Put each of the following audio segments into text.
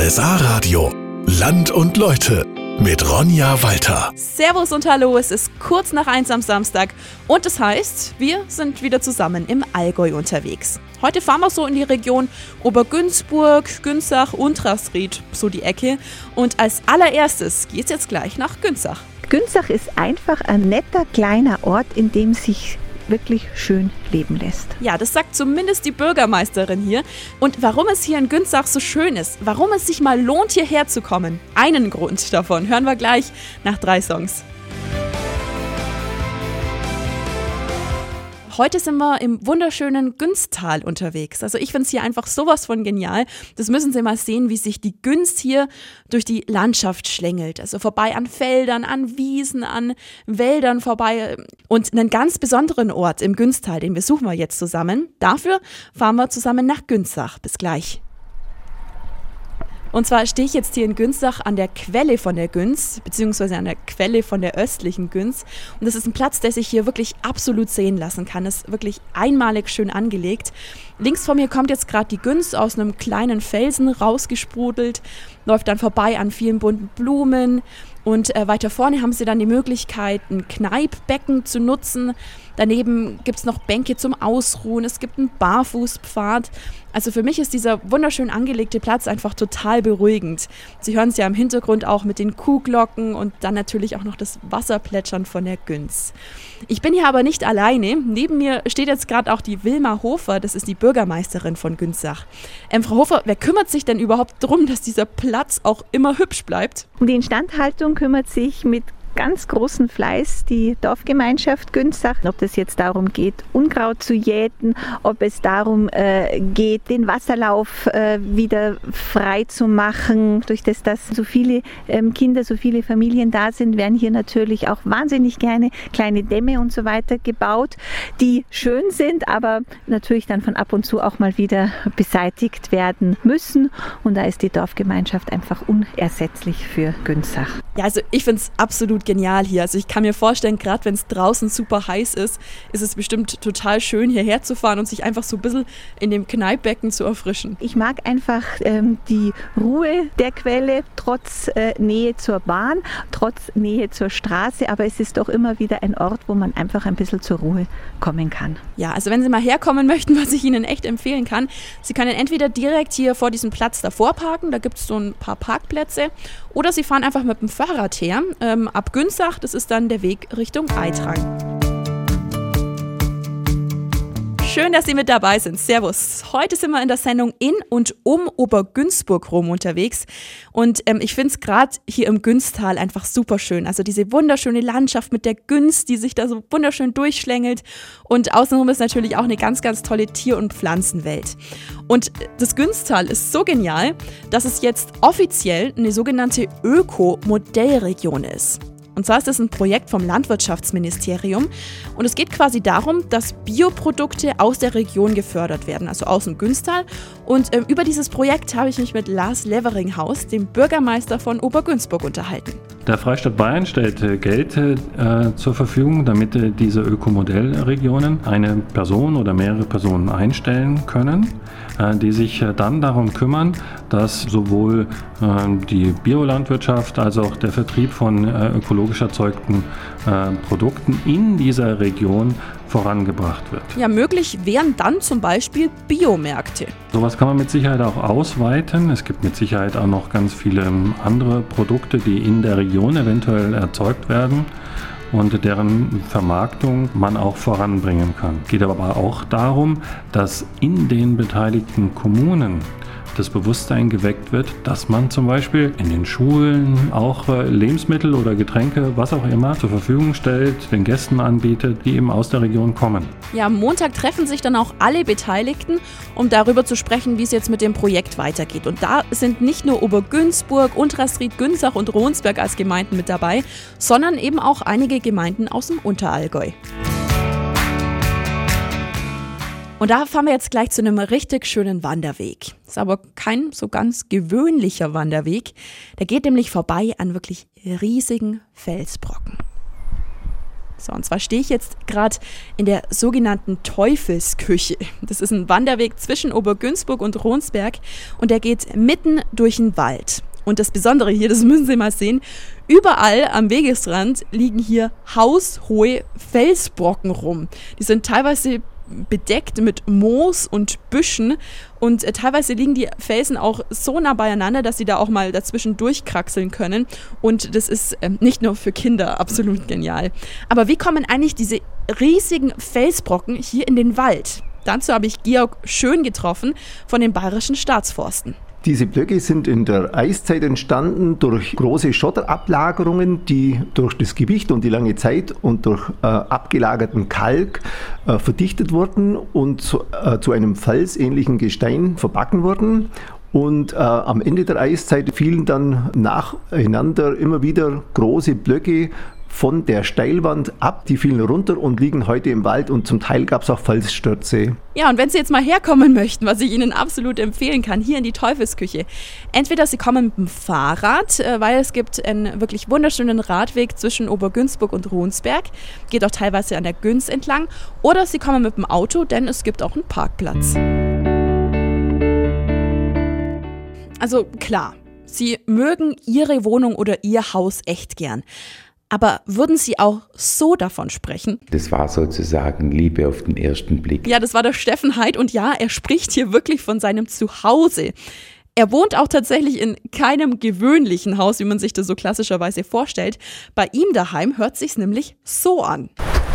RSA Radio. Land und Leute mit Ronja Walter. Servus und hallo, es ist kurz nach 1 am Samstag und das heißt, wir sind wieder zusammen im Allgäu unterwegs. Heute fahren wir so in die Region Obergünzburg, Günzach, Untrasried, so die Ecke. Und als allererstes geht's jetzt gleich nach Günzach. Günzach ist einfach ein netter kleiner Ort, in dem sich wirklich schön leben lässt. Ja, das sagt zumindest die Bürgermeisterin hier. Und warum es hier in Günzach so schön ist, warum es sich mal lohnt, hierher zu kommen, einen Grund davon hören wir gleich nach 3 Songs. Heute sind wir im wunderschönen Günztal unterwegs. Also ich finde es hier einfach sowas von genial. Das müssen Sie mal sehen, wie sich die Günz hier durch die Landschaft schlängelt. Also vorbei an Feldern, an Wiesen, an Wäldern vorbei. Und einen ganz besonderen Ort im Günztal, den besuchen wir jetzt zusammen. Dafür fahren wir zusammen nach Günzach. Bis gleich. Und zwar stehe ich jetzt hier in Günzach an der Quelle von der Günz, beziehungsweise an der Quelle von der östlichen Günz. Und das ist ein Platz, der sich hier wirklich absolut sehen lassen kann. Das ist wirklich einmalig schön angelegt. Links von mir kommt jetzt gerade die Günz aus einem kleinen Felsen rausgesprudelt, läuft dann vorbei an vielen bunten Blumen. Und weiter vorne haben Sie dann die Möglichkeit, ein Kneippbecken zu nutzen. Daneben gibt es noch Bänke zum Ausruhen, es gibt einen Barfußpfad. Also für mich ist dieser wunderschön angelegte Platz einfach total beruhigend. Sie hören es ja im Hintergrund auch mit den Kuhglocken und dann natürlich auch noch das Wasserplätschern von der Günz. Ich bin hier aber nicht alleine. Neben mir steht jetzt gerade auch die Wilma Hofer, das ist die Bürgermeisterin von Günzach. Frau Hofer, wer kümmert sich denn überhaupt darum, dass dieser Platz auch immer hübsch bleibt? Um die Instandhaltung kümmert sich mit ganz großen Fleiß die Dorfgemeinschaft Günzach. Ob das jetzt darum geht, Unkraut zu jäten, ob es darum geht, den Wasserlauf wieder frei zu machen. Durch das, dass so viele Kinder, so viele Familien da sind, werden hier natürlich auch wahnsinnig gerne kleine Dämme und so weiter gebaut, die schön sind, aber natürlich dann von ab und zu auch mal wieder beseitigt werden müssen. Und da ist die Dorfgemeinschaft einfach unersetzlich für Günzach. Ja, also ich finde es absolut genial hier. Also ich kann mir vorstellen, gerade wenn es draußen super heiß ist, ist es bestimmt total schön, hierher zu fahren und sich einfach so ein bisschen in dem Kneippbecken zu erfrischen. Ich mag einfach die Ruhe der Quelle, trotz Nähe zur Bahn, trotz Nähe zur Straße, aber es ist doch immer wieder ein Ort, wo man einfach ein bisschen zur Ruhe kommen kann. Ja, also wenn Sie mal herkommen möchten, was ich Ihnen echt empfehlen kann, Sie können entweder direkt hier vor diesem Platz davor parken, da gibt es so ein paar Parkplätze, oder Sie fahren einfach mit dem Fahrrad her, ab Günzach, das ist dann der Weg Richtung Eitrang. Schön, dass Sie mit dabei sind. Servus. Heute sind wir in der Sendung in und um Obergünzburg rum unterwegs. Und ich finde es gerade hier im Günztal einfach super schön. Also diese wunderschöne Landschaft mit der Günz, die sich da so wunderschön durchschlängelt. Und außenrum ist natürlich auch eine ganz, ganz tolle Tier- und Pflanzenwelt. Und das Günztal ist so genial, dass es jetzt offiziell eine sogenannte Öko-Modellregion ist. Und zwar ist das ein Projekt vom Landwirtschaftsministerium und es geht quasi darum, dass Bioprodukte aus der Region gefördert werden, also aus dem Günztal. Und über dieses Projekt habe ich mich mit Lars Leveringhaus, dem Bürgermeister von Obergünzburg, unterhalten. Der Freistaat Bayern stellt Geld zur Verfügung, damit diese Ökomodellregionen eine Person oder mehrere Personen einstellen können, die sich dann darum kümmern, dass sowohl die Biolandwirtschaft als auch der Vertrieb von ökologisch erzeugten Produkten in dieser Region vorangebracht wird. Ja, möglich wären dann zum Beispiel Biomärkte. Sowas kann man mit Sicherheit auch ausweiten. Es gibt mit Sicherheit auch noch ganz viele andere Produkte, die in der Region eventuell erzeugt werden und deren Vermarktung man auch voranbringen kann. Es geht aber auch darum, dass in den beteiligten Kommunen das Bewusstsein geweckt wird, dass man zum Beispiel in den Schulen auch Lebensmittel oder Getränke, was auch immer, zur Verfügung stellt, den Gästen anbietet, die eben aus der Region kommen. Ja, am Montag treffen sich dann auch alle Beteiligten, um darüber zu sprechen, wie es jetzt mit dem Projekt weitergeht. Und da sind nicht nur Obergünzburg, Untrasried, Günzach und Ronsberg als Gemeinden mit dabei, sondern eben auch einige Gemeinden aus dem Unterallgäu. Und da fahren wir jetzt gleich zu einem richtig schönen Wanderweg. Ist aber kein so ganz gewöhnlicher Wanderweg. Der geht nämlich vorbei an wirklich riesigen Felsbrocken. So, und zwar stehe ich jetzt gerade in der sogenannten Teufelsküche. Das ist ein Wanderweg zwischen Obergünzburg und Ronsberg und der geht mitten durch den Wald. Und das Besondere hier, das müssen Sie mal sehen, überall am Wegesrand liegen hier haushohe Felsbrocken rum. Die sind teilweise bedeckt mit Moos und Büschen und teilweise liegen die Felsen auch so nah beieinander, dass sie da auch mal dazwischen durchkraxeln können und das ist nicht nur für Kinder absolut genial. Aber wie kommen eigentlich diese riesigen Felsbrocken hier in den Wald? Dazu habe ich Georg Schön getroffen von den Bayerischen Staatsforsten. Diese Blöcke sind in der Eiszeit entstanden durch große Schotterablagerungen, die durch das Gewicht und die lange Zeit und durch abgelagerten Kalk verdichtet wurden und zu einem felsähnlichen Gestein verbacken wurden. Und am Ende der Eiszeit fielen dann nacheinander immer wieder große Blöcke von der Steilwand ab, die fielen runter und liegen heute im Wald und zum Teil gab es auch Felsstürze. Ja, und wenn Sie jetzt mal herkommen möchten, was ich Ihnen absolut empfehlen kann, hier in die Teufelsküche, entweder Sie kommen mit dem Fahrrad, weil es gibt einen wirklich wunderschönen Radweg zwischen Obergünzburg und Ronsberg, geht auch teilweise an der Günz entlang, oder Sie kommen mit dem Auto, denn es gibt auch einen Parkplatz. Also klar, Sie mögen Ihre Wohnung oder Ihr Haus echt gern. Aber würden Sie auch so davon sprechen? Das war sozusagen Liebe auf den ersten Blick. Ja, das war der Steffen Heid und ja, er spricht hier wirklich von seinem Zuhause. Er wohnt auch tatsächlich in keinem gewöhnlichen Haus, wie man sich das so klassischerweise vorstellt. Bei ihm daheim hört sich's nämlich so an.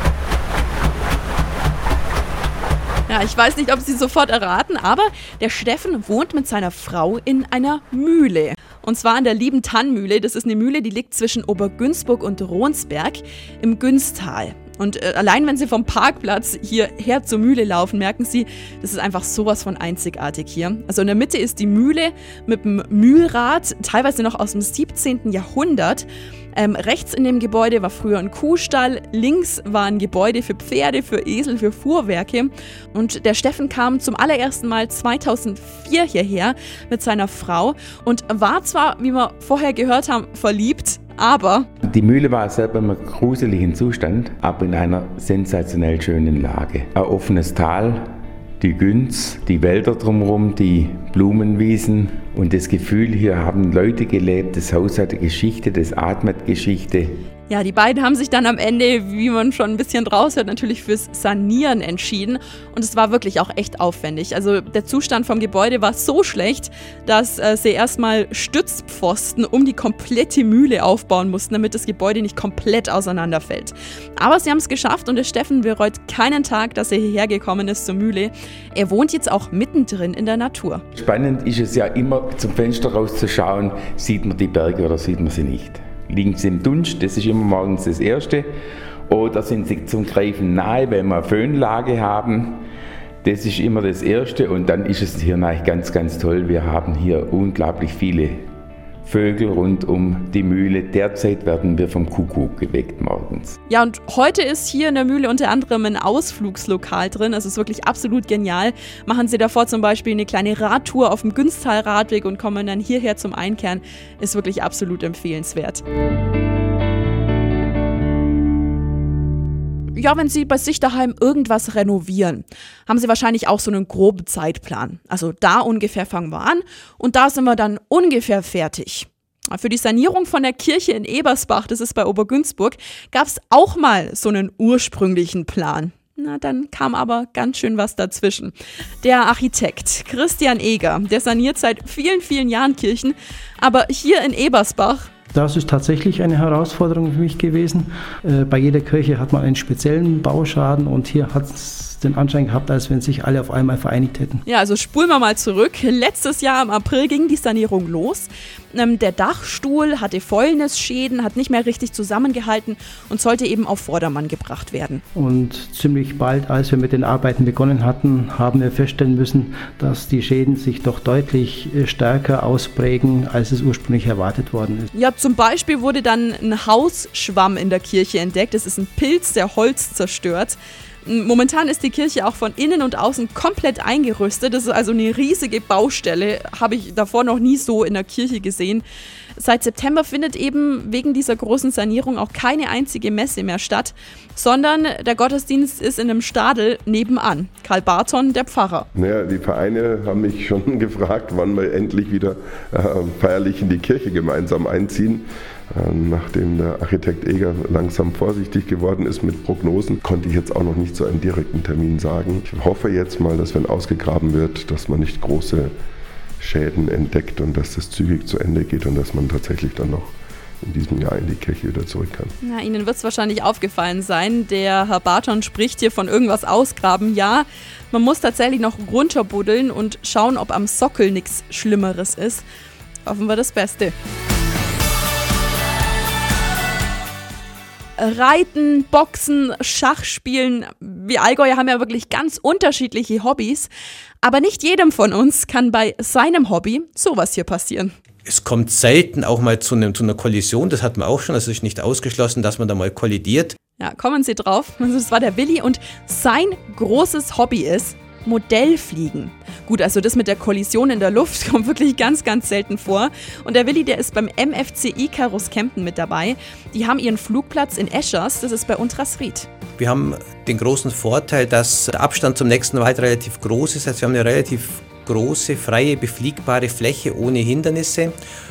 Ja, ich weiß nicht, ob Sie sofort erraten, aber der Steffen wohnt mit seiner Frau in einer Mühle. Und zwar an der Lieben-Tann-Mühle. Das ist eine Mühle, die liegt zwischen Obergünzburg und Ronsberg im Günztal. Und allein wenn Sie vom Parkplatz hierher zur Mühle laufen, merken Sie, das ist einfach sowas von einzigartig hier. Also in der Mitte ist die Mühle mit dem Mühlrad, teilweise noch aus dem 17. Jahrhundert. Rechts in dem Gebäude war früher ein Kuhstall, links war ein Gebäude für Pferde, für Esel, für Fuhrwerke. Und der Steffen kam zum allerersten Mal 2004 hierher mit seiner Frau und war zwar, wie wir vorher gehört haben, verliebt, aber die Mühle war selber im gruseligen Zustand, aber in einer sensationell schönen Lage. Ein offenes Tal, die Günz, die Wälder drumherum, die Blumenwiesen und das Gefühl, hier haben Leute gelebt, das Haus hat eine Geschichte, das atmet Geschichte. Ja, die beiden haben sich dann am Ende, wie man schon ein bisschen raushört, natürlich fürs Sanieren entschieden. Und es war wirklich auch echt aufwendig. Also der Zustand vom Gebäude war so schlecht, dass sie erstmal Stützpfosten um die komplette Mühle aufbauen mussten, damit das Gebäude nicht komplett auseinanderfällt. Aber sie haben es geschafft und der Steffen bereut keinen Tag, dass er hierher gekommen ist zur Mühle. Er wohnt jetzt auch mittendrin in der Natur. Spannend ist es ja immer, zum Fenster rauszuschauen, sieht man die Berge oder sieht man sie nicht. Liegen sie im Dunst, das ist immer morgens das Erste. Oder sind sie zum Greifen nahe, wenn wir eine Föhnlage haben. Das ist immer das Erste. Und dann ist es hier natürlich ganz, ganz toll. Wir haben hier unglaublich viele Vögel rund um die Mühle. Derzeit werden wir vom Kuckuck geweckt morgens. Ja, und heute ist hier in der Mühle unter anderem ein Ausflugslokal drin. Also es ist wirklich absolut genial. Machen Sie davor zum Beispiel eine kleine Radtour auf dem Günztal-Radweg und kommen dann hierher zum Einkehren. Ist wirklich absolut empfehlenswert. Ja, wenn Sie bei sich daheim irgendwas renovieren, haben Sie wahrscheinlich auch so einen groben Zeitplan. Also da ungefähr fangen wir an und da sind wir dann ungefähr fertig. Für die Sanierung von der Kirche in Ebersbach, das ist bei Obergünzburg, gab es auch mal so einen ursprünglichen Plan. Na, dann kam aber ganz schön was dazwischen. Der Architekt Christian Eger, der saniert seit vielen, vielen Jahren Kirchen, aber hier in Ebersbach, das ist tatsächlich eine Herausforderung für mich gewesen. Bei jeder Kirche hat man einen speziellen Bauschaden und hier hat es den Anschein gehabt, als wenn sich alle auf einmal vereinigt hätten. Ja, also spulen wir mal zurück. Letztes Jahr im April ging die Sanierung los. Der Dachstuhl hatte Fäulnisschäden, hat nicht mehr richtig zusammengehalten und sollte eben auf Vordermann gebracht werden. Und ziemlich bald, als wir mit den Arbeiten begonnen hatten, haben wir feststellen müssen, dass die Schäden sich doch deutlich stärker ausprägen, als es ursprünglich erwartet worden ist. Ja, zum Beispiel wurde dann ein Hausschwamm in der Kirche entdeckt. Das ist ein Pilz, der Holz zerstört. Momentan ist die Kirche auch von innen und außen komplett eingerüstet. Das ist also eine riesige Baustelle. Habe ich davor noch nie so in der Kirche gesehen. Seit September findet eben wegen dieser großen Sanierung auch keine einzige Messe mehr statt, sondern der Gottesdienst ist in einem Stadel nebenan. Karl Barton, der Pfarrer. Naja, die Vereine haben mich schon gefragt, wann wir endlich wieder feierlich in die Kirche gemeinsam einziehen. Nachdem der Architekt Eger langsam vorsichtig geworden ist mit Prognosen, konnte ich jetzt auch noch nicht so einen direkten Termin sagen. Ich hoffe jetzt mal, dass wenn ausgegraben wird, dass man nicht große Schäden entdeckt und dass das zügig zu Ende geht und dass man tatsächlich dann noch in diesem Jahr in die Kirche wieder zurück kann. Ja, Ihnen wird es wahrscheinlich aufgefallen sein, der Herr Barton spricht hier von irgendwas ausgraben. Ja, man muss tatsächlich noch runterbuddeln und schauen, ob am Sockel nichts Schlimmeres ist. Hoffen wir das Beste. Reiten, Boxen, Schachspielen. Wir Allgäuer haben ja wirklich ganz unterschiedliche Hobbys. Aber nicht jedem von uns kann bei seinem Hobby sowas hier passieren. Es kommt selten auch mal zu einer Kollision. Das hat man auch schon. Es ist nicht ausgeschlossen, dass man da mal kollidiert. Ja, kommen Sie drauf. Also das war der Willi und sein großes Hobby ist Modellfliegen. Gut, also das mit der Kollision in der Luft kommt wirklich ganz, ganz selten vor. Und der Willi, der ist beim MFC Icarus Kempten mit dabei. Die haben ihren Flugplatz in Eschers, das ist bei Untersried. Wir haben den großen Vorteil, dass der Abstand zum nächsten Wald relativ groß ist. Also wir haben eine relativ große, freie, befliegbare Fläche ohne Hindernisse.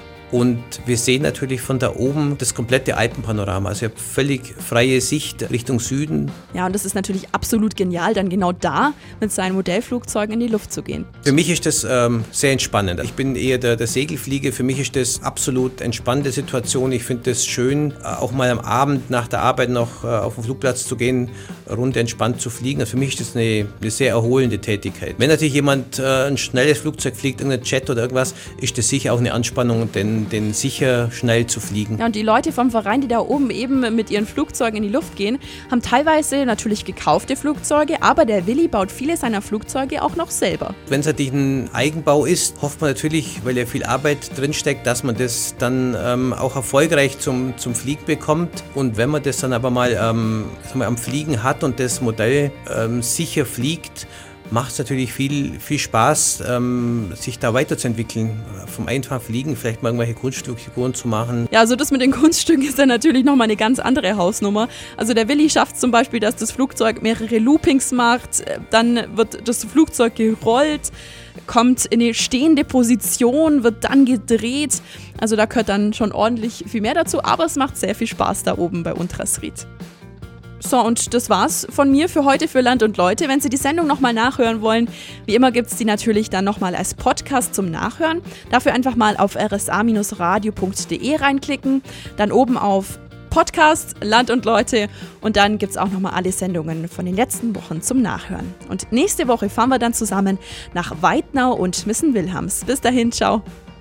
Und wir sehen natürlich von da oben das komplette Alpenpanorama. Also ich habe völlig freie Sicht Richtung Süden. Ja, und das ist natürlich absolut genial, dann genau da mit seinen Modellflugzeugen in die Luft zu gehen. Für mich ist das sehr entspannend. Ich bin eher der Segelflieger. Für mich ist das absolut entspannende Situation. Ich finde das schön, auch mal am Abend nach der Arbeit noch auf den Flugplatz zu gehen, rund entspannt zu fliegen. Also für mich ist das eine sehr erholende Tätigkeit. Wenn natürlich jemand ein schnelles Flugzeug fliegt, irgendein Jet oder irgendwas, ist das sicher auch eine Anspannung, denn sicher schnell zu fliegen. Ja, und die Leute vom Verein, die da oben eben mit ihren Flugzeugen in die Luft gehen, haben teilweise natürlich gekaufte Flugzeuge, aber der Willi baut viele seiner Flugzeuge auch noch selber. Wenn es natürlich ein Eigenbau ist, hofft man natürlich, weil ja viel Arbeit drinsteckt, dass man das dann auch erfolgreich zum Fliegen bekommt. Und wenn man das dann aber mal am Fliegen hat und das Modell sicher fliegt, macht es natürlich viel Spaß, sich da weiterzuentwickeln. Vom einfachen Fliegen vielleicht mal irgendwelche Kunststückfiguren zu machen. Ja, also das mit den Kunststücken ist dann natürlich nochmal eine ganz andere Hausnummer. Also der Willi schafft zum Beispiel, dass das Flugzeug mehrere Loopings macht, dann wird das Flugzeug gerollt, kommt in eine stehende Position, wird dann gedreht. Also da gehört dann schon ordentlich viel mehr dazu, aber es macht sehr viel Spaß da oben bei Untersried. So, und das war's von mir für heute für Land und Leute. Wenn Sie die Sendung nochmal nachhören wollen, wie immer gibt's die natürlich dann nochmal als Podcast zum Nachhören. Dafür einfach mal auf rsa-radio.de reinklicken, dann oben auf Podcast, Land und Leute und dann gibt's auch nochmal alle Sendungen von den letzten Wochen zum Nachhören. Und nächste Woche fahren wir dann zusammen nach Weidnau und Missen-Wilhelms. Bis dahin, ciao.